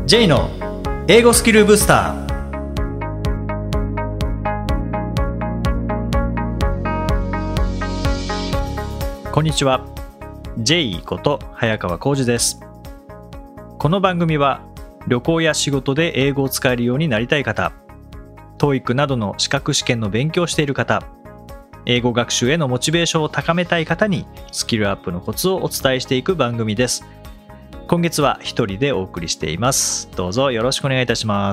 J の英語スキルブスター。こんにちは。 J こと早川浩二です。この番組は旅行や仕事で英語を使えるようになりたい方、 TOEIC などの資格試験の勉強をしている方、英語学習へのモチベーションを高めたい方にスキルアップのコツをお伝えしていく番組です。今月は一人でお送りしています。どうぞよろしくお願いいたします。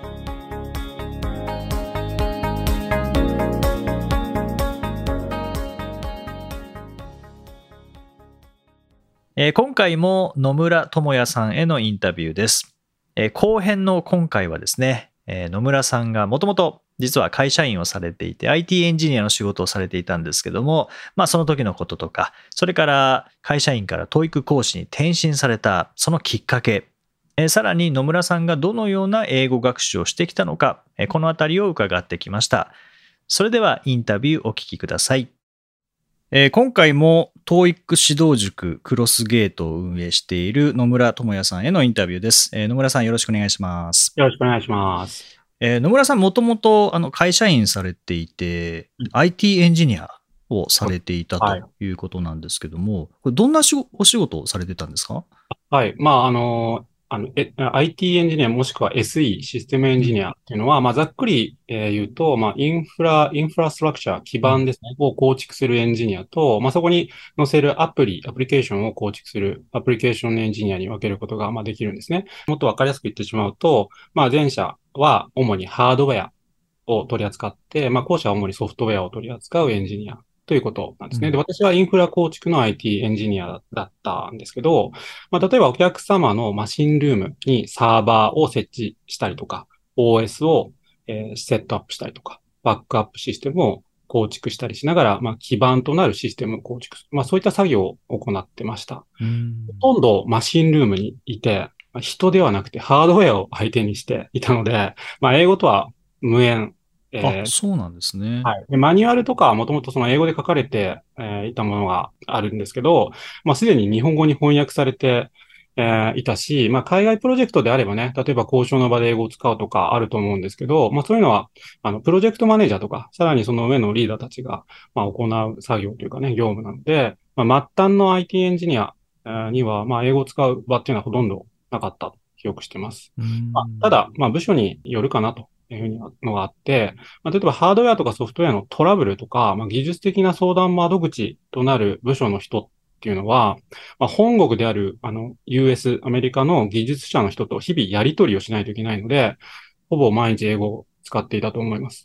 今回も野村智也さんへのインタビューです。後編の今回はですね、野村さんがもともと実は会社員をされていて IT エンジニアの仕事をされていたんですけども、その時のこととか、それから会社員から TOEIC 講師に転身されたそのきっかけ、さらに野村さんがどのような英語学習をしてきたのか、このあたりを伺ってきました。それではインタビューお聞きください。今回も TOEIC 指導塾クロスゲートを運営している野村智也さんへのインタビューです。野村さんよろしくお願いします。 よろしくお願いします。 野村さんもともと会社員されていて、IT エンジニアをされていたということなんですけども、これどんなお仕事をされてたんですか？ はい。IT エンジニアもしくは SE、システムエンジニアっていうのは、ざっくり言うと、インフラストラクチャー、基盤ですね、を構築するエンジニアと、そこに載せるアプリケーションを構築するアプリケーションエンジニアに分けることができるんですね。もっとわかりやすく言ってしまうと、前者は主にハードウェアを取り扱って、後者は主にソフトウェアを取り扱うエンジニアということなんですね。で、私はインフラ構築の IT エンジニアだったんですけど、例えばお客様のマシンルームにサーバーを設置したりとか、OS を、セットアップしたりとか、バックアップシステムを構築したりしながら、基盤となるシステムを構築する。そういった作業を行ってました。ほとんどマシンルームにいて、人ではなくてハードウェアを相手にしていたので、英語とは無縁。 そうなんですね。 はい。で、マニュアルとかはもともとその英語で書かれて、いたものがあるんですけど、すでに日本語に翻訳されて、いたし、海外プロジェクトであればね、例えば交渉の場で英語を使うとかあると思うんですけど、そういうのは、プロジェクトマネージャーとか、さらにその上のリーダーたちが、行う作業というかね、業務なので、末端の IT エンジニアには、英語を使う場っていうのはほとんどなかったと記憶してます。ただ、部署によるかなというふうにのがあって、例えばハードウェアとかソフトウェアのトラブルとか、技術的な相談窓口となる部署の人っていうのは、本国である、US、アメリカの技術者の人と日々やり取りをしないといけないので、ほぼ毎日英語を使っていたと思います。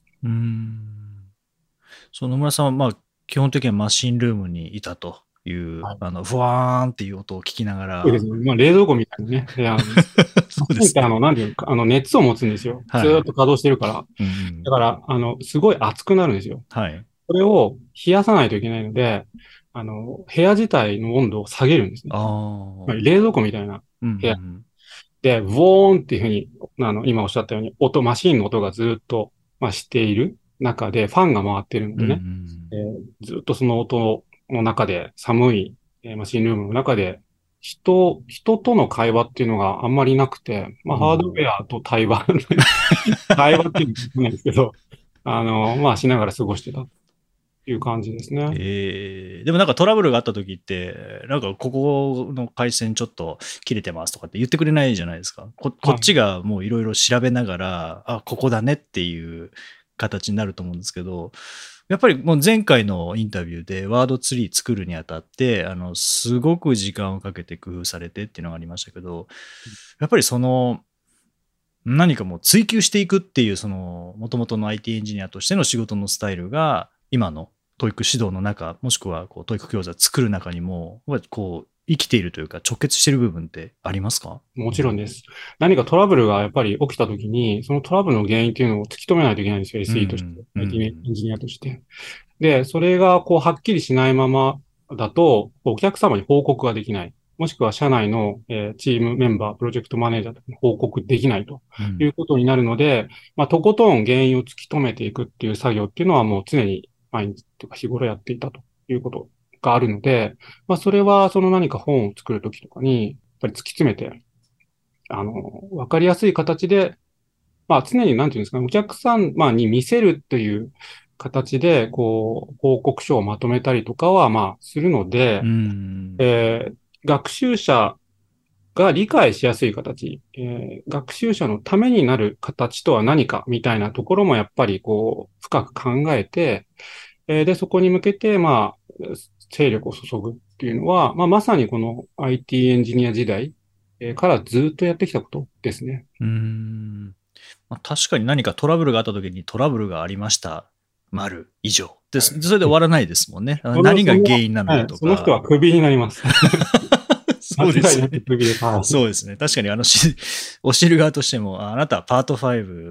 野村さんは、基本的にはマシンルームにいたという、ふわーんっていう音を聞きながら。 そうですね。冷蔵庫みたいなね、部屋なんです。 そうですね。 なんていうか、熱を持つんですよ。ずーっと稼働してるから。だから、すごい熱くなるんですよ。 はい。 それを冷やさないといけないので、部屋自体の温度を下げるんですね。冷蔵庫みたいな部屋。で、ウォーンっていうふうに、今おっしゃったように、マシンの音がずっと、している中で、ファンが回ってるのでね、ずっとその音の中で、寒い、マシンルームの中で、人との会話っていうのがあんまりなくて、ハードウェアと対話、対話っていうのはないんですけど、しながら過ごしてたっていう感じですね。 でもなんかトラブルがあった時って、なんかここの回線ちょっと切れてますとかって言ってくれないじゃないですか。こっちがもういろいろ調べながら、ここだねっていう形になると思うんですけど、やっぱりもう前回のインタビューでワードツリー作るにあたって、すごく時間をかけて工夫されてっていうのがありましたけど、やっぱり何かもう追求していくっていう、元々の IT エンジニアとしての仕事のスタイルが、今のTOEIC指導の中、もしくはTOEIC教材作る中にも、生きているというか直結している部分ってありますか？ もちろんです。何かトラブルがやっぱり起きたときに、そのトラブルの原因っていうのを突き止めないといけないんですよ。SE として、IT エンジニアとして。で、それがはっきりしないままだと、お客様に報告ができない。もしくは社内の、チームメンバー、プロジェクトマネージャーに報告できないということになるので、とことん原因を突き止めていくっていう作業っていうのはもう常に毎日というか日頃やっていたということがあるので、それはその何か本を作るときとかに、やっぱり突き詰めてわかりやすい形で、まあ、常に、なんていうんですかね、お客さん、まあ、に見せるという形で、こう、報告書をまとめたりとかは、まあ、するのうで、 ん。 学習者が理解しやすい形、学習者のためになる形とは何かみたいなところもやっぱりこう深く考えて、で、そこに向けて、まあ、精力を注ぐっていうのは、まあ、まさにこの IT エンジニア時代からずっとやってきたことですね。 うん。まあ、確かに何かトラブルがあった時にトラブルがありました。丸以上。で、それで終わらないですもんね。何が原因なのはい、 かとか。 その人はクビになります。間そうで違いなくすね。 クビです。はい。 そうですね。確かに教える側としても、あなたはパート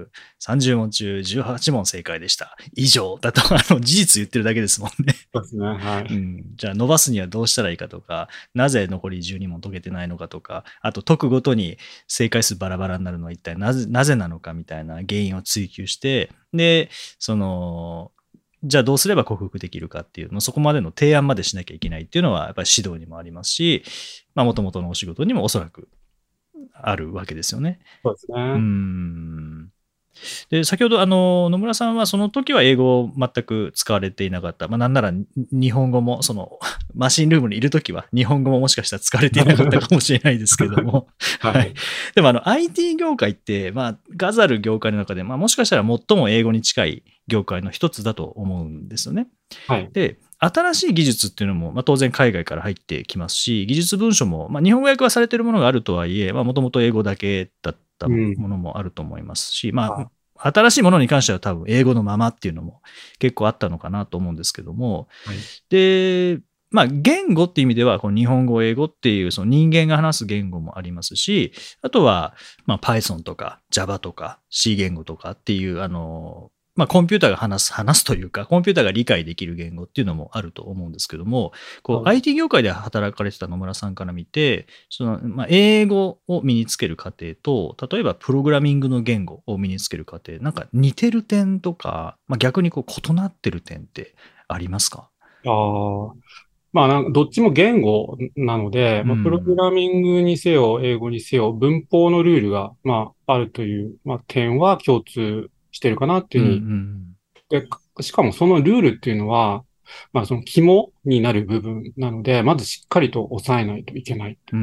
5、30問中18問正解でした。以上だと、事実言ってるだけですもんね。 そうですね。はい。 うん。じゃあ伸ばすにはどうしたらいいかとか、なぜ残り12問解けてないのかとか、あと解くごとに正解数バラバラになるのは一体なぜなのかみたいな原因を追求して、で、じゃあどうすれば克服できるかっていう、そこまでの提案までしなきゃいけないっていうのは、やっぱり指導にもありますし、もともとのお仕事にもおそらくあるわけですよね。 そうですうーね。 ん。で、先ほど、野村さんはその時は英語を全く使われていなかった。なんなら日本語も、マシンルームにいる時は日本語ももしかしたら使われていなかったかもしれないですけども。はい。 はい。 でもIT 業界って、ガザる業界の中で、もしかしたら最も英語に近い業界の一つだと思うんですよね。 はい。 で、新しい技術っていうのも、当然海外から入ってきますし、技術文書も、日本語訳はされているものがあるとはいえ、もともと英語だけだったもうん。 のもあると思いますし、 は新しいものに関しては多分英語のままっていうのも結構あったのかなと思うんですけども、 い。 で、言語っていう意味では、この日本語、英語っていうその人間が話す言語もありますし、あとは、Python とか Java とか C 言語とかっていう、コンピューターが話すというか、コンピューターが理解できる言語っていうのもあると思うんですけども、 はい。 IT 業界で働かれてた野村さんから見て、英語を身につける過程と、例えばプログラミングの言語を身につける過程、なんか似てる点とか、逆に異なってる点ってありますか？ ああ。まあ、どっちも言語なので、 うまあ、プログん。 ラミングにせよ、英語にせよ、文法のルールが、あるという、点は共通してるかなってうんういうふうに。 ん。 で、しかもそのルールっていうのは、その肝になる部分なので、まずしっかりと押さえないといけない。 うん。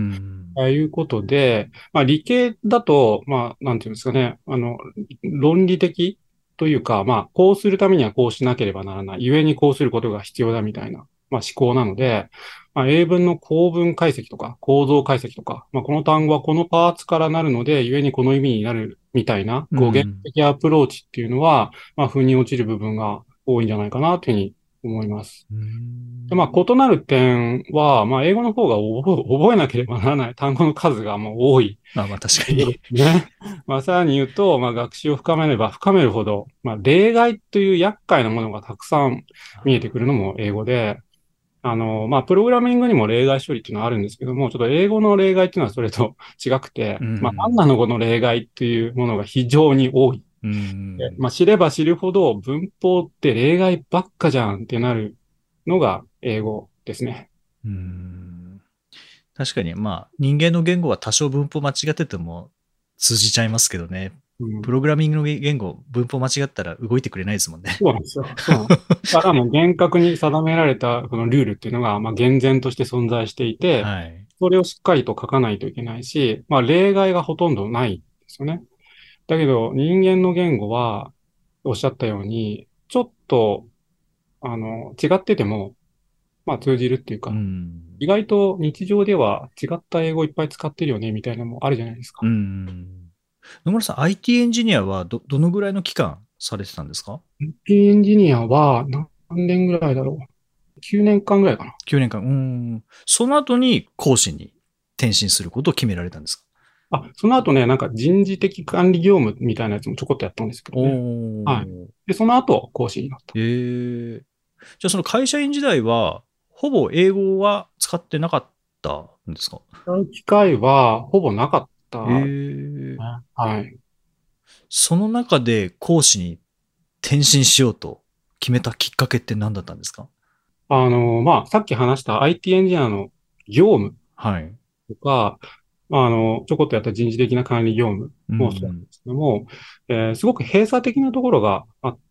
ということで、理系だと、なんていうんですかね、論理的というか、こうするためにはこうしなければならない。故にこうすることが必要だみたいな、思考なので、英文の構文解析とか構造解析とか、この単語はこのパーツからなるので、故にこの意味になるみたいな語源うん。 的アプローチっていうのは、腑に落ちる部分が多いんじゃないかなというふうに思います。 うで、 ん。 異なる点は、英語の方が覚えなければならない単語の数がもう多い確かに。 ということですね。さらに言うと、学習を深めれば深めるほど、例外という厄介なものがたくさん見えてくるのも英語で、プログラミングにも例外処理っていうのはあるんですけども、ちょっと英語の例外っていうのはそれと違くて、 う何ん。 なのこの例外っていうものが非常に多い。 うん。 知れば知るほど文法って例外ばっかじゃんってなるのが英語ですね。 うん。確かに、人間の言語は多少文法間違ってても通じちゃいますけどね。 うん。 プログラミングの言語、文法間違ったら動いてくれないですもんね。 そうなんですよ。そうなんです。だからもう厳格に定められたこのルールっていうのが、厳然として存在していて、 はい。 それをしっかりと書かないといけないし、例外がほとんどないんですよね。だけど人間の言語は、おっしゃったように、ちょっと、違ってても、通じるっていううか、 ん。 意外と日常では違った英語いっぱい使ってるよね、みたいなのもあるじゃないですうか。 ん。野村さん、IT エンジニアはどのぐらいの期間されてたんですか？ IT エンジニアは何年ぐらいだろう。9年間ぐらいかな。 9 年間。その後に講師に転身することを決められたんですか？ その後ね、人事的管理業務みたいなやつもちょこっとやったんですけどね。はい。 おー。 で、その後、講師になった。 ええ。じゃあその会社員時代は、ほぼ英語は使ってなかったんですか？ 使う機会はほぼなかったえね。 え。 はい。 その中で講師に転身しようと決めたきっかけって何だったんですか？ さっき話した IT エンジニアの業務はい。 とか、 ちょこっとやった人事的な管理業務うもそうなんん。 ですけども、すごく閉鎖的なところがあって、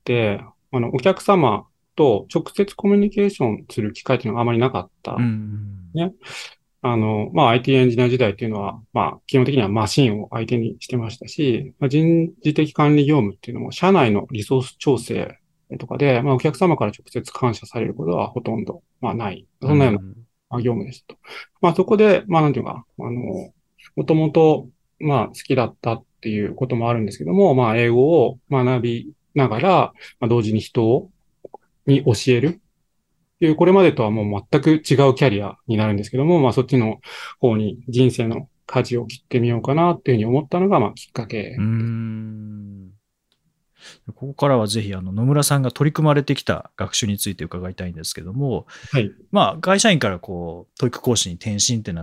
お客様と直接コミュニケーションする機会っていうのがあまりなかっうた。 ん。 ね。IT エンジニア時代っていうのは、基本的にはマシンを相手にしてましたし、人事的管理業務っていうのも、社内のリソース調整とかで、お客様から直接感謝されることはほとんど、ない。 うそんなようなん。 業務ですと。そこで、なんていうか、もともと、好きだったっていうこともあるんですけども、英語を学びながら、同時にに教えるっていう、これまでとはもう全く違うキャリアになるんですけども、そっちの方に人生の舵を切ってみようかなっていうふうに思ったのが、きっかうけ。 ん。ここからはぜひ、野村さんが取り組まれてきた学習について伺いたいんですけども、 はい。 会社員から教育講師に転身ってなって、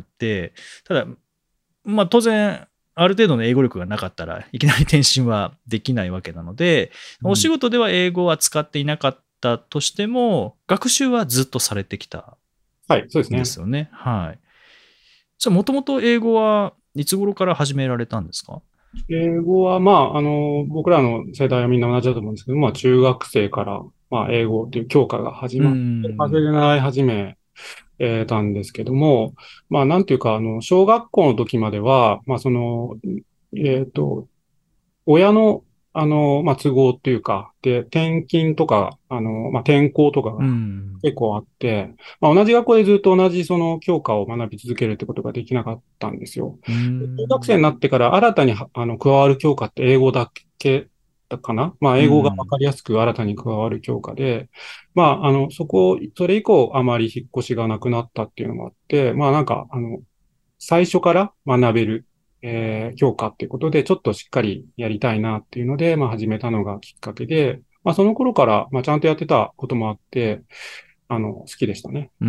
ただ、当然、ある程度の英語力がなかったらいきなり転身はできないわけなので、お仕うん、 事では英語は使っていなかったとしても、学習はずっとされてきたはい、そうですんでね。 すよね。はい。じゃあ、もともと英語はいつ頃から始められたんですか？ 英語は、僕らの世代はみんな同じだと思うんですけど、中学生から、英語っていう教科が始うまって、それん。 で習い始めたんですけども、なんていうか、小学校の時までは、えっと、親の、都合っていうか、で、転勤とか、転校とかうがん。 結構あって、同じ学校でずっと同じその教科を学び続けるってことができなかったんですよ。 うで中学生ん。 になってから新たに加わる教科って英語だけだかな。 う英語がわかん。 りやすく新たに加わる教科で、それ以降あまり引っ越しがなくなったっていうのもあって、最初から学べる、教科っていうことで、ちょっとしっかりやりたいなっていうので、始めたのがきっかけで、その頃から、ちゃんとやってたこともあって、好きでしたね。 うん。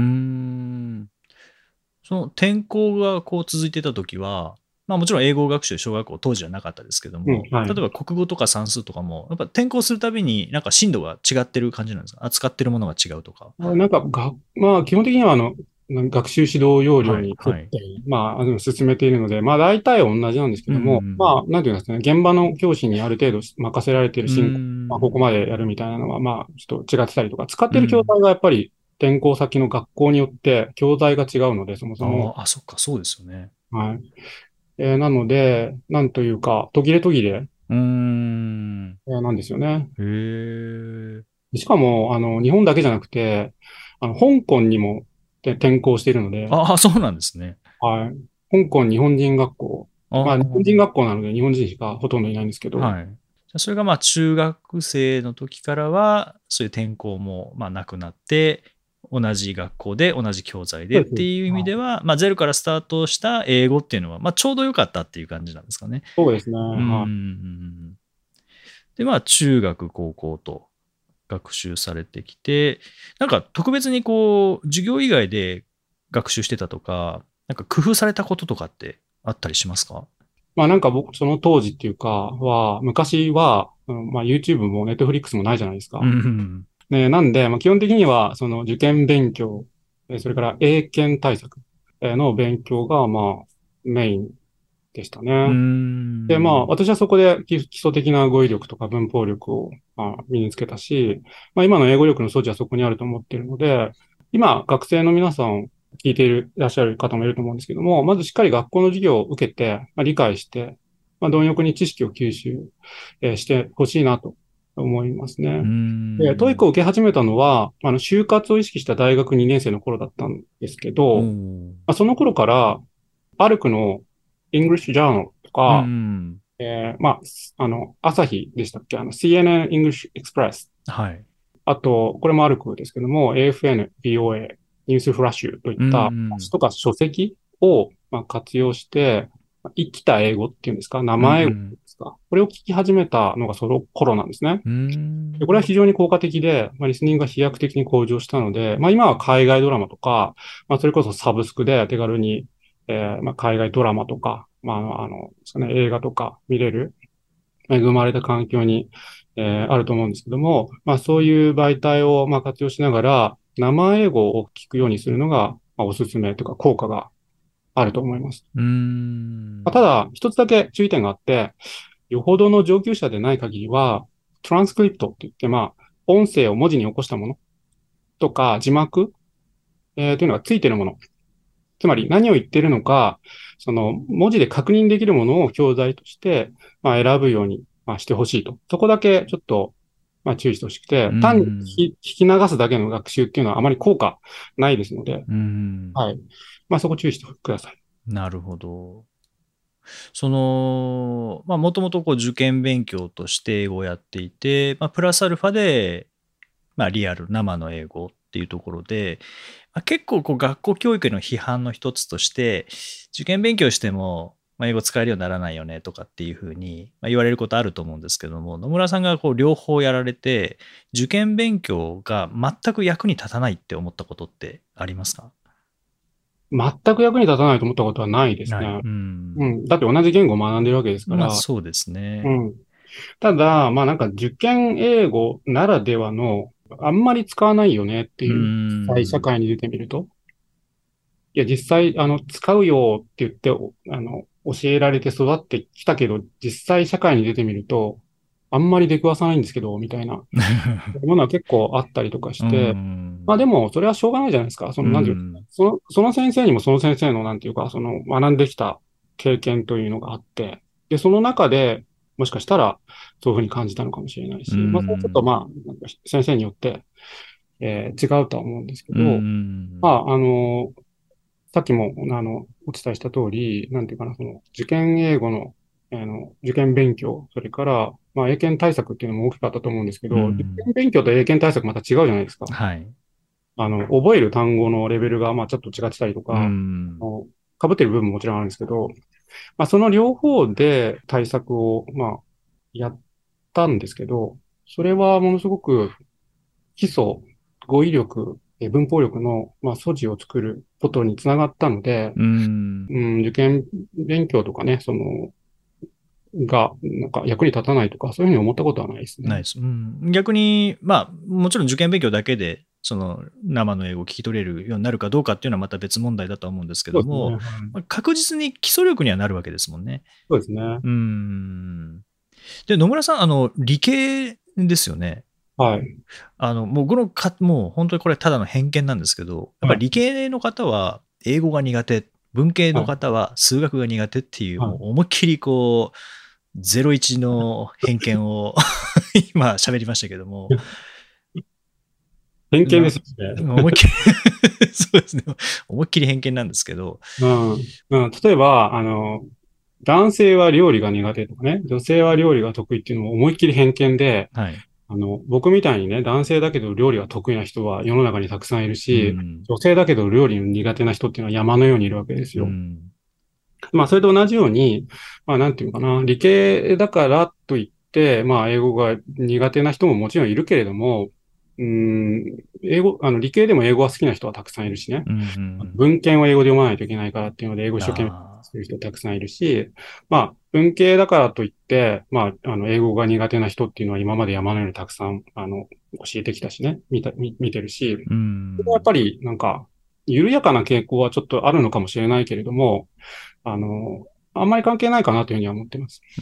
その転校が続いてた時は、もちろん英語学習、小学校当時はなかったですけどうん、 も、 はい。 例えば国語とか算数とかも、やっぱ転校するたびになんか進度が違ってる感じなんですか？扱ってるものが違うとか。 基本的には、学習指導要領はい、 に沿って、 はい。 進めているので、大体同じなんですけうん、うども、 ん、 なんていうんですかね、現場の教師にある程度任せられているうん。う進行、ここん、 までやるみたいなのは、ちょっと違ってたりとか、使っている教うん。 材がやっぱり転校先の学校によって教材が違うので、そもそも。 そっか、そうですよね。 はい。なので、なんというか、途切れ途切れ、 うーん。 なんですよね。 へえ。 しかも、日本だけじゃなくて、香港にも転校しているので、 そうなんですね。 はい。香港日本人学校。 あ日本人あ、 学校なので日本人しかほとんどいないんですけど、 はい。じゃあそれが中学生の時からは、そういう転校もなくなって、同じ学校で同じ教材でそうです。 っていう意味はい。 では、ゼロからスタートした英語っていうのは、ちょうど良かったっていう感じなんですかね。 そうですね。 うんうんうはい。 ん。で、中学、高校と学習されてきて、なんか特別に授業以外で学習してたとか、なんか工夫されたこととかってあったりしますか？ 僕、その当時っていうか昔は、YouTube も Netflix もないじゃないですうんうか。 んね、なんで、基本的には、その受験勉強、それから英検対策の勉強が、メインでしたうん。うーね。で、 ん。 私はそこで基礎的な語彙力とか文法力を、身につけたし、今の英語力の素地はそこにあると思っているので、今、学生の皆さん聞いていらっしゃる方もいると思うんですけども、まずしっかり学校の授業を受けて、理解して、貪欲に知識を吸収、してほしいなと思いますうーね。で、トイックん。 を受け始めたのは、就活を意識した大学2年生の頃だったんですけおど、 ー。 その頃から、アルクの English Journal とうんうか、 ん。 朝日でしたっけCNN English Express。 はい。 あと、これもアルクですけども、AFN、BOA、ニュースフラッシュといっうんうた、 ん。 とか書籍を、活用して、生きた英語っていうんですか、 うんう生英語っていうんん。 ですか、これを聞き始めたのがその頃なんですね。 うーで、これはん。 非常に効果的で、リスニングが飛躍的に向上したので、今は海外ドラマとか、それこそサブスクで手軽に、海外ドラマとか、ですかね、映画とか見れる、恵まれた環境に、あると思うんですけども、そういう媒体を、活用しながら、生英語を聞くようにするのが、おすすめというか、効果があると思います。 うーん。 ただ、一つだけ注意点があって、よほどの上級者でない限りは、トランスクリプトって言って、音声を文字に起こしたものとか、字幕、というのがついているもの。つまり何を言っているのか、その文字で確認できるものを教材として、選ぶように、してほしいと。そこだけちょっと、注意してほしくて、 うー単にん。 聞き流すだけの学習っていうのはあまり効果ないですので、 うーん。 はい。そこ注意してください。 なるほど。もともと受験勉強として英語をやっていて、プラスアルファで、リアル、生の英語っていうところで、結構学校教育の批判の一つとして、受験勉強しても、英語使えるようにならないよねとかっていうふうに言われることあると思うんですけども、野村さんが両方やられて、受験勉強が全く役に立たないって思ったことってありますか？ 全く役に立たないと思ったことはないですない。 ね。 うん。 うん。だって同じ言語を学んでるわけですから、 そうですね。 うん。ただ、なんか受験英語ならではの、あんまり使わないよねってういう、実際社ん。 会に出てみると。いや、実際、使うよって言って、教えられて育ってきたけど、実際社会に出てみると、あんまり出くわさないんですけど、みたいなものは結構あったりとかしうて、 ん。 でも、それはしょうがないじゃないですか。 うなんていうか、 ん。 その先生にもその先生の、なんていうか、学んできた経験というのがあって、で、その中で、もしかしたら、そういうふうに感じたのかもしれないうし、それはちょっとん。 なんか先生によって、違うとは思うんですけうど、まん。 あ、さっきも、お伝えした通り、なんていうかな、受験英語の、受験勉強、それから、英検対策っていうのも大きかったと思うんですけうど、受ん。 験勉強と英検対策また違うじゃないですか。 はい。 覚える単語のレベルが、ちょっと違ってたりとうか、 ん。 被ってる部分ももちろんあるんですけど、その両方で対策を、やったんですけど、それはものすごく基礎、語彙力、文法力の、素地を作ることにつながったので、 うん。 受験勉強とかね、なんか役に立たないとか、そういうふうに思ったことはないですね。 ないです。うん。逆に、もちろん受験勉強だけで、その生の英語を聞き取れるようになるかどうかっていうのはまた別問題だとは思うんですけども、 そうですね。はい。 確実に基礎力にはなるわけですもんね。 そうですね。 うん。で、野村さん、理系ですよね。 はい。 もう本当にこれただの偏見なんですけど、やっぱり理はい。 系の方は英語が苦手、文系のはい。 方は数学が苦手っていう、 はい。 もう思いっきり01の偏見を今喋りましたけども、 偏見でなすよね。 思いっきりそうですね。思いっきり偏見なんですけど、 うん。うん。例えば、男性は料理が苦手とかね、女性は料理が得意っていうのも思いっきり偏見で、 はい。 僕みたいにね、男性だけど料理が得意な人は世の中にたくさんいるうし、 ん。 女性だけど料理苦手な人っていうのは山のようにいるわけですうよ。 ん。 それと同じように、なんていうのかな、理系だからといって、英語が苦手な人ももちろんいるけれども、理系でも英語が好きな人はたくさんいるしね。 うん。 文献を英語で読まないといけないからっていうので、英語一生懸命ああ。 する人たくさんいるし、文系だからといって、英語が苦手な人っていうのは今まで山のようにたくさん、教えてきたしね、見てるし、 うん。 やっぱり、なんか、緩やかな傾向はちょっとあるのかもしれないけれども、あんまり関係ないかなというふうには思ってます。 うん。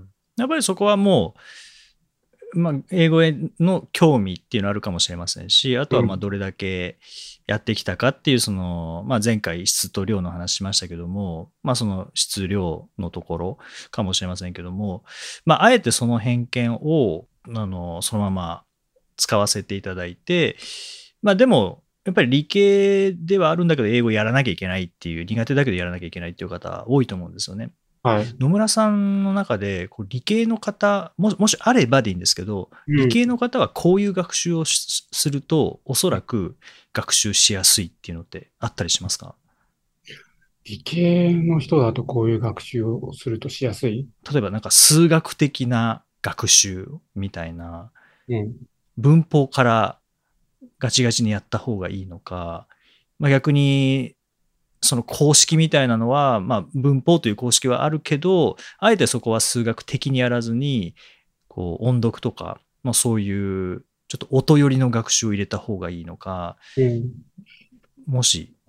やっぱりそこはも英語への興味っていうのはあるかもしれませんし、あとはうん。 どれだけやってきたかっていう、前回質と量の話しましたけども、その質量のところかもしれませんけども、あえてその偏見を、そのまま使わせていただいて、でも、やっぱり理系ではあるんだけど、英語やらなきゃいけないっていう、苦手だけどやらなきゃいけないっていう方多いと思うんですよね。 はい。 野村さんの中で、理系の方、もしあればでいいんですけど、理うん。 系の方はこういう学習をすると、おそらく学習しやすいっていうのってあったりしますか？ 理系の人だとこういう学習をするとしやすい。 例えばなんか数学的な学習みたいな、 うん。 文法からガチガチにやった方がいいのか、逆にその公式みたいなのは、文法という公式はあるけど、あえてそこは数学的にやらずに、音読とか、そういう、ちょっと音寄りの学習を入れた方がいいのか、 うん。 もし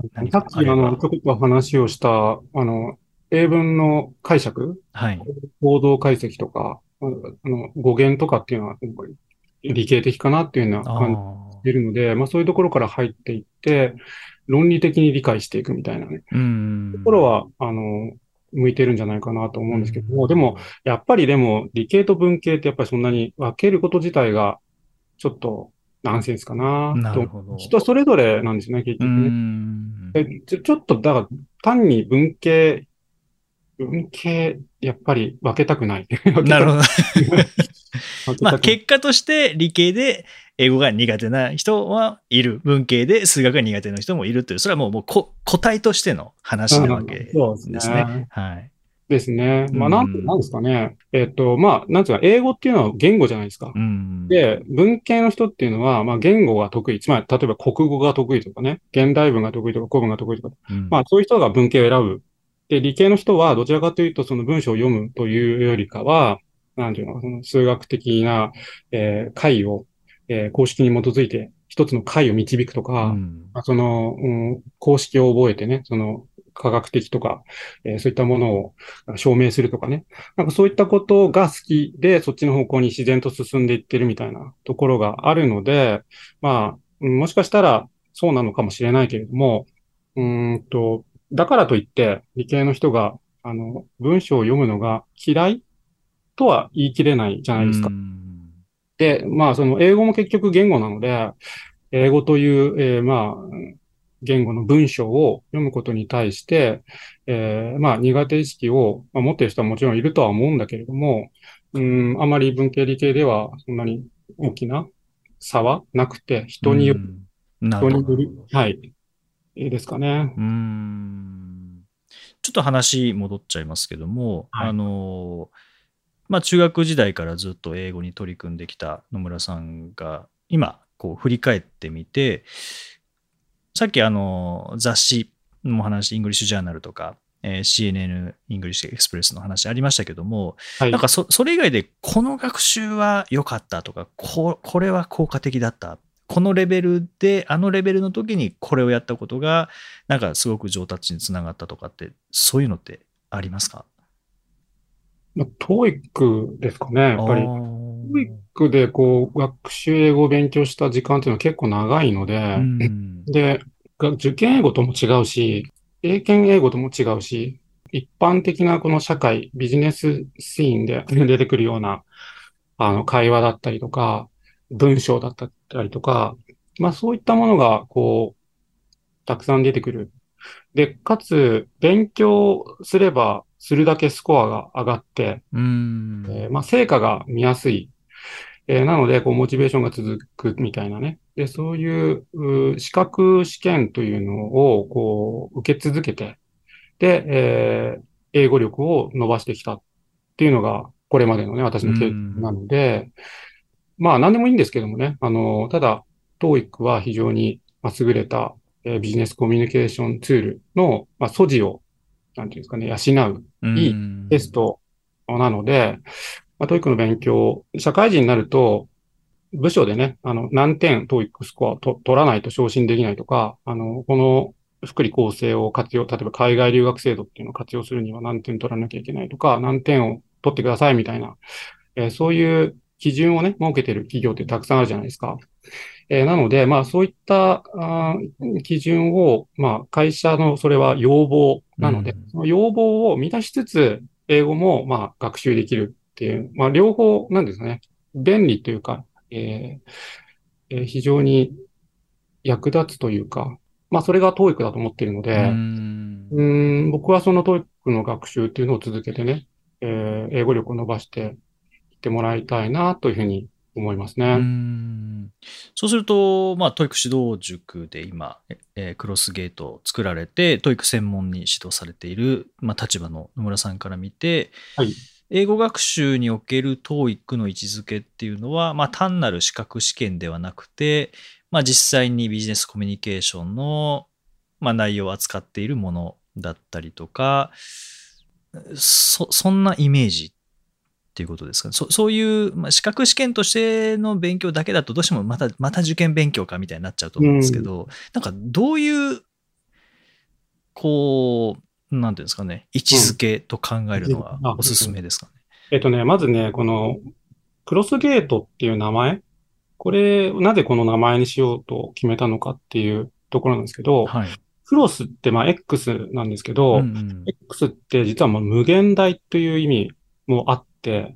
何さっき、ちかあれば。 ょこっと話をした、英文の解釈、 はい。 行動解析とか、語源とかっていうのは、やっぱり理系的かなっていうようなあ感じていあ。 るので、まあそういうところから入っていって、論理的に理解していくみたいなね、 うーところん。 は、向いてるんじゃないかなとうー思うんですけども、でも、 ん。 やっぱりでも、理系と文系ってやっぱりそんなに分けること自体が、ちょっと、ナンセンスかななると、 ほど。 人それぞれなんですね、結うー局ね。 ん。 ちょっと、だから、単に文系、やっぱり分けたくない。分けたく、 なるほど。 分けまあ、 たくない。 結果として理系で英語が苦手な人はいる。文系で数学が苦手な人もいるという、それはもう個体としての話なわうん、 けそうですですね。 ね。 はい。 ですね。 うまあ、なんん。 ですかね。まあ、なんつうか、英語っていうのは言語じゃないですか。 うん。 で、文系の人っていうのは、まあ、言語が得意。つまり、例えば国語が得意とかね、現代文が得意とか古文が得意とか。 うん。 まあ、そういう人が文系を選ぶ。で、理系の人は、どちらかというと、その文章を読むというよりかは、なんていうのか、その数学的な、解を、公式に基づいて、一つの解を導くとうか、 ん。 まあ公式を覚えてね、その科学的とか、そういったものを証明するとかね。なんかそういったことが好きで、そっちの方向に自然と進んでいってるみたいなところがあるので、まあ、もしかしたらそうなのかもしれないけれども、うーんと、だからといって、理系の人が、文章を読むのが嫌いとは言い切れないじゃうないですか。 ん。 で、まあ、その英語も結局言語なので、英語という、まあ、言語の文章を読むことに対して、まあ、苦手意識を、まあ、持っている人はもちろんいるとは思うんだけれども、あまり文系理系ではそんなに大きな差はなくて、 うん。なるほど、なるほど。 はい、いいですかね。 ちょっと話戻っちゃいますけども、 はい。 まあ、中学時代からずっと英語に取り組んできた野村さんが、今、こう振り返ってみて、さっき雑誌の話、イングリッシュジャーナルとか、CNN イングリッシュエクスプレスの話ありましたけども、 はい。 なんかそれ以外でこの学習は良かったとか、これは効果的だった。このレベルで、あのレベルの時にこれをやったことが、なんかすごく上達につながったとかって、そういうのってありますか？ まあ、トーイックですかね、やああっぱり。トーイッー、 クでこう、学習英語を勉強した時間っていうのは結構長いのうで、 ん、 で、受験英語とも違うし、英検英語とも違うし、一般的なこの社会、ビジネスシーンで出てくるような、会話だったりとか、文章だったりとか、まあそういったものが、こう、たくさん出てくる。で、かつ、勉強すればするだけスコアが上がって、 うん、 まあ成果が見やすい。なので、こう、モチベーションが続くみたいなね。で、そういう、資格試験というのを、こう、受け続けて、で、英語力を伸ばしてきたっていうのが、これまでのね、私うの経験なん、 ので、まあ、何でもいいんですけどもね、ただ、TOEIC は非常に優れた、ビジネスコミュニケーションツールの、まあ、素地を、なんていうんですかね、養う、 ういいテスん、 トなので、まあ、TOEIC の勉強、社会人になると、部署でね、何点 TOEIC スコアを取らないと昇進できないとか、この福利厚生を活用、例えば海外留学制度っていうのを活用するには何点取らなきゃいけないとか、何点を取ってくださいみたいな、そういう基準をね、設けてる企業ってたくさんあるじゃないですか。なので、まあそういった基準を、まあ会社のそれは要望なので、 うん、 その要望を満たしつつ、英語もまあ学習できるっていう、まあ両方なんですね。便利というか、非常に役立つというか、まあそれが TOEIC だと思っているのうで、 ん、 僕はその TOEIC の学習っていうのを続けてね、英語力を伸ばしていってもらいたいなというふうに思いますうね。 ん。そうすると、まあ、トイック指導塾で今、クロスゲートを作られて、トイック専門に指導されている、まあ、立場の野村さんから見て、 はい。 英語学習における TOEIC の位置づけっていうのは、まあ、単なる資格試験ではなくて、まあ、実際にビジネスコミュニケーションの、まあ、内容を扱っているものだったりとか、そんなイメージっていうことですかね。そういう、まあ、資格試験としての勉強だけだと、どうしてもまた受験勉強かみたいになっちゃうと思うんですけうん。 ど、なんかどういうこう、なんていうんですかね、位置づけと考えるのはあ、 おすすめですかね。 まずね、このクロスゲートっていう名前、これ、なぜこの名前にしようと決めたのかっていうところなんですけど、 はい。 クロスってまあ X なんですけうんうど、 ん。 X って実はまあ無限大という意味もあって、 うん。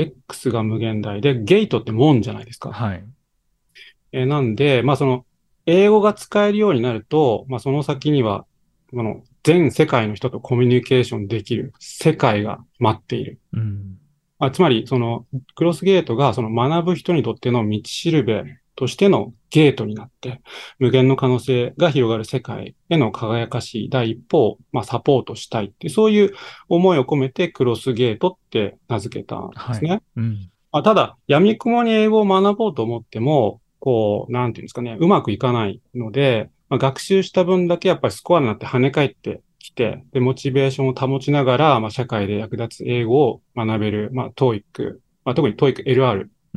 X が無限大で、ゲートって門じゃないですか。 はい。 なんで、まあその、英語が使えるようになると、まあその先には、全世界の人とコミュニケーションできる世界が待っている。 うん。 つまり、その、クロスゲートが、その学ぶ人にとっての道しるべとしてのゲートになって、無限の可能性が広がる世界への輝かしい第一歩を、まあ、サポートしたいっていう、そういう思いを込めてクロスゲートって名付けたんではい。 すね。 うん。 ただ、闇雲に英語を学ぼうと思っても、こう、なんていうんですかね、うまくいかないので、まあ、学習した分だけやっぱりスコアになって跳ね返ってきて、で、モチベーションを保ちながら、まあ、社会で役立つ英語を学べる、まあ、TOEIC、まあ、特に TOEIC LR、 うん。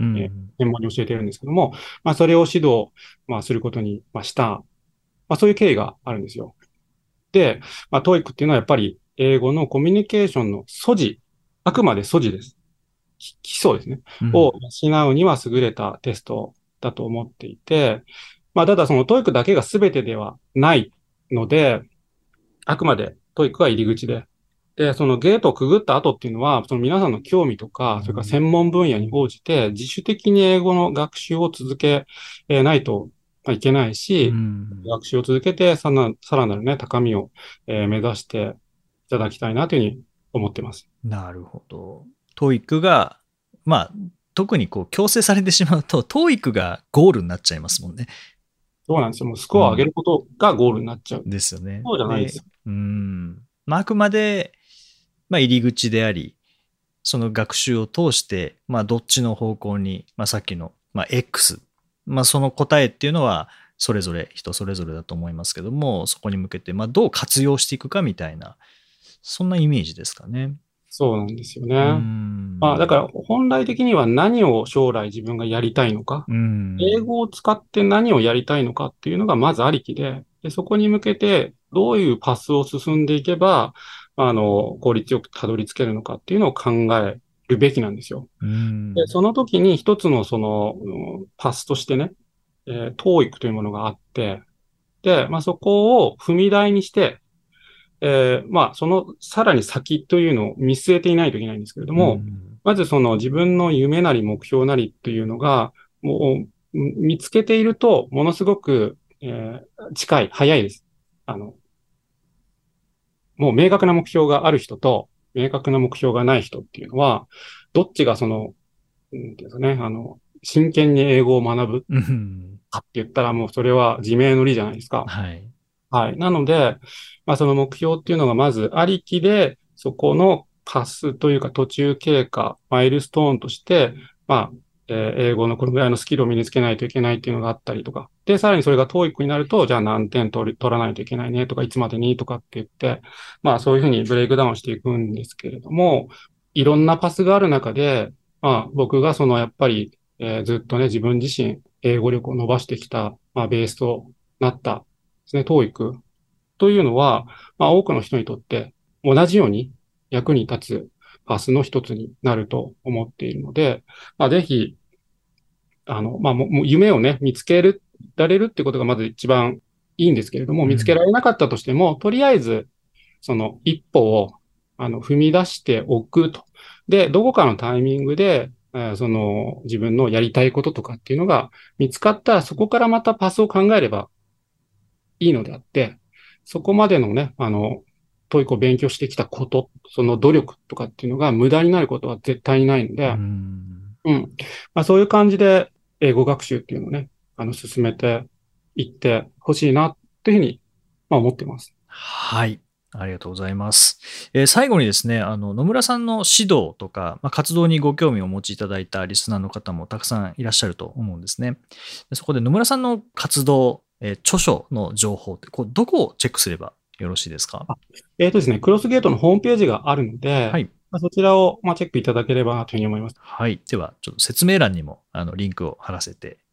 専門に教えてるんですけども、まあ、それを指導、まあ、することに、まあ、した、まあ、そういう経緯があるんですよ。で、まあ、TOEIC っていうのはやっぱり英語のコミュニケーションの素地、あくまで素地です。基礎ですね。 うん。 を養うには優れたテストだと思っていて、まあ、ただそのトイックだけが全てではないので、あくまでトイックが入り口で、で、そのゲートをくぐった後っていうのは、その皆さんの興味とか、それから専門分野に応じて自主的に英語の学習を続けないといけないうし、 ん。 学習を続けてさらなるね、高みを目指していただきたいなというふうに思っています。 なるほど。トーイックが、まあ、特にこう強制されてしまうと、トーイックがゴールになっちゃいますもんね。 そうなんですよ。もうスコアを上げうん。 ることがゴールになっちゃう。 ですよね。 そうじゃないですで、 よ。 まあ、あくまで、まあ、入り口であり、その学習を通して、まあ、どっちの方向に、まあ、さっきの、まあ、X、まあ、その答えっていうのは、それぞれ、人それぞれだと思いますけども、そこに向けて、まあ、どう活用していくかみたいな、そんなイメージですかね。 そうなんですようーね。まあ、だん。 から本来的には何を将来自分がやりたいのか、 うーん。 英語を使って何をやりたいのかっていうのがまずありきで、で、そこに向けてどういうパスを進んでいけば、効率よくたどり着けるのかっていうのを考えるべきなんですよ。 うーで、 ん。 その時に一つのその、パスとしてね、TOEIC というものがあって、で、まあ、そこを踏み台にして、まあ、そのさらに先というのを見据えていないといけないんですけれどうーも、 ん。 まずその自分の夢なり目標なりというのが、もう見つけていると、ものすごく、近い、早いです。あの、もう明確な目標がある人と、明確な目標がない人っていうのは、どっちがその、うんていうんですかね、真剣に英語を学ぶうーん。 かって言ったらもうそれは自明の理じゃないですか。 はい。 はい。なので、まあ、その目標っていうのがまずありきで、そこのパスというか途中経過、マイルストーンとして、まあ、英語のこのぐらいのスキルを身につけないといけないっていうのがあったりとか。で、さらにそれが TOEIC になると、じゃあ何点取らないといけないねとか、いつまでにとかって言って、まあそういうふうにブレイクダウンしていくんですけれども、いろんなパスがある中で、まあ僕がそのやっぱり、ずっとね、自分自身、英語力を伸ばしてきた、まあベースとなったですね、TOEIC というのは、まあ、多くの人にとって同じように役に立つパスの一つになると思っているので、まあ、ぜひ、まあ、もう夢をね、見つけられるってことがまず一番いいんですけれども、見つけうん。 られなかったとしても、とりあえず、その一歩を、踏み出しておくと。で、どこかのタイミングで、その自分のやりたいこととかっていうのが見つかったら、そこからまたパスを考えればいいのであって、そこまでのね、トイックを勉強してきたこと、その努力とかっていうのが無駄になることは絶対にないのうーで、 ん。 うん。まあそういう感じで英語学習っていうのをね、進めていってほしいなっていうふうに、まあ思ってます。 はい。ありがとうございます。最後にですね、野村さんの指導とか、まあ、活動にご興味をお持ちいただいたリスナーの方もたくさんいらっしゃると思うんですね。でそこで野村さんの活動、著書の情報って、こうどこをチェックすればよろしいですか？ ですね、クロスゲートのホームページがあるので、 はい。 まあ、そちらを、まあ、チェックいただければなというふうに思います。 はい。では、ちょっと説明欄にもリンクを貼らせて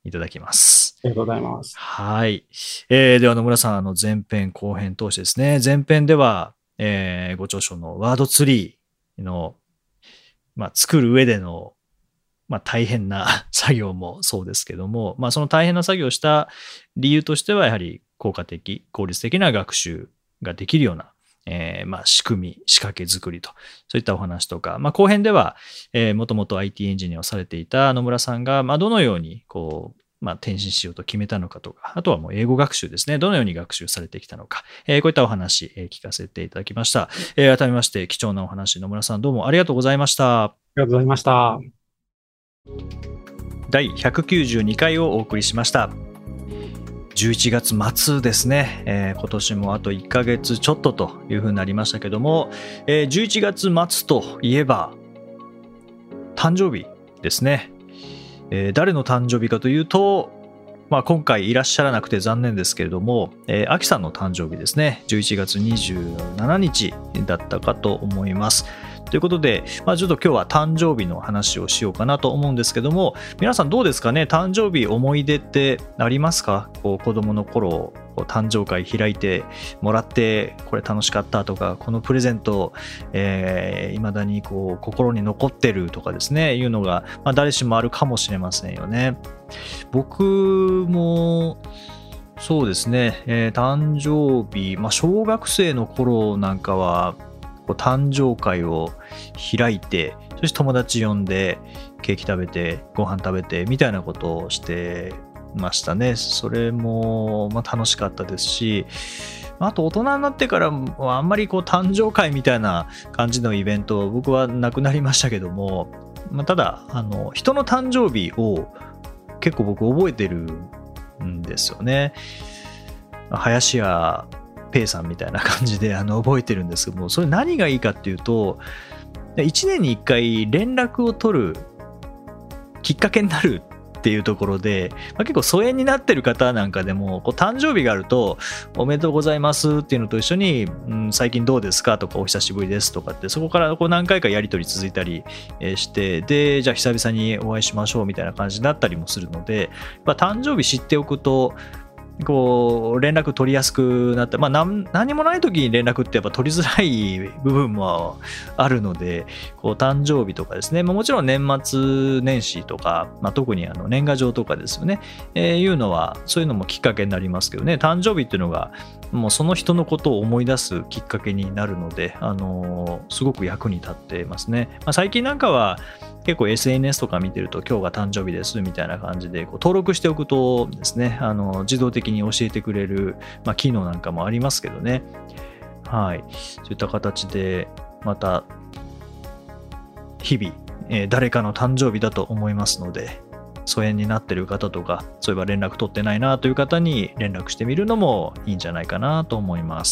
いただきます。 ありがとうございます。 はい。では野村さん、前編後編通してですね、前編では、ご著書のワードツリーの、作る上での、大変な作業もそうですけども、その大変な作業をした理由としては、やはり効果的、効率的な学習ができるような、仕組み、仕掛け作りと、そういったお話とか、後編では、もともと IT エンジニアをされていた野村さんが、どのように、転身しようと決めたのかとか、あとはもう英語学習ですね。どのように学習されてきたのか、こういったお話、聞かせていただきました。改めまして、貴重なお話、野村さんどうもありがとうございました。 ありがとうございました。 第192回をお送りしました。11月末ですね、今年もあと1ヶ月ちょっとというふうになりましたけども、11月末といえば誕生日ですね。誰の誕生日かというと、今回いらっしゃらなくて残念ですけれども、アキさんの誕生日ですね。11月27日だったかと思います。ということで、ちょっと今日は誕生日の話をしようかなと思うんですけども、皆さんどうですかね。誕生日思い出ってありますか？子供の頃誕生会開いてもらってこれ楽しかったとか、このプレゼント未だに心に残ってるとかですね、いうのが、誰しもあるかもしれませんよね。僕もそうですね、誕生日、小学生の頃なんかは誕生会を開いて、そして友達呼んでケーキ食べてご飯食べてみたいなことをしてましたね。それも楽しかったですし、あと大人になってからあんまり誕生会みたいな感じのイベント僕はなくなりましたけども、ただ人の誕生日を結構僕覚えてるんですよね。林家ペイさんみたいな感じで覚えてるんですけども、それ何がいいかっていうと、1年に1回連絡を取るきっかけになるっていうところで、結構疎遠になってる方なんかでも誕生日があるとおめでとうございますっていうのと一緒に、最近どうですかとかお久しぶりですとかって、そこから何回かやり取り続いたりして、でじゃあ久々にお会いしましょうみたいな感じになったりもするので、誕生日知っておくと連絡取りやすくなった。何もない時に連絡ってやっぱ取りづらい部分もあるので、誕生日とかですね、もちろん年末年始とか、特に年賀状とかですよね、いうのはそういうのもきっかけになりますけどね、誕生日っていうのがもうその人のことを思い出すきっかけになるので、すごく役に立っていますね。最近なんかは結構 SNS とか見てると今日が誕生日ですみたいな感じで登録しておくとですね、自動的に教えてくれる、機能なんかもありますけどね。はい。そういった形でまた日々、誰かの誕生日だと思いますので、疎遠になってる方とか、そういえば連絡取ってないなという方に連絡してみるのもいいんじゃないかなと思います。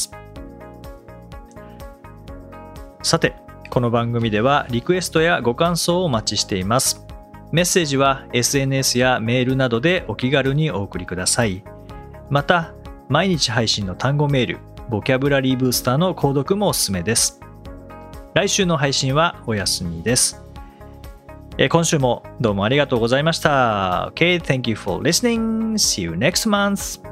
さて、この番組ではリクエストやご感想をお待ちしています。メッセージは SNS やメールなどでお気軽にお送りください。また、毎日配信の単語メール、ボキャブラリーブースターの購読もおすすめです。来週の配信はお休みです。今週もどうもありがとうございました。Okay, thank you for listening. See you next month.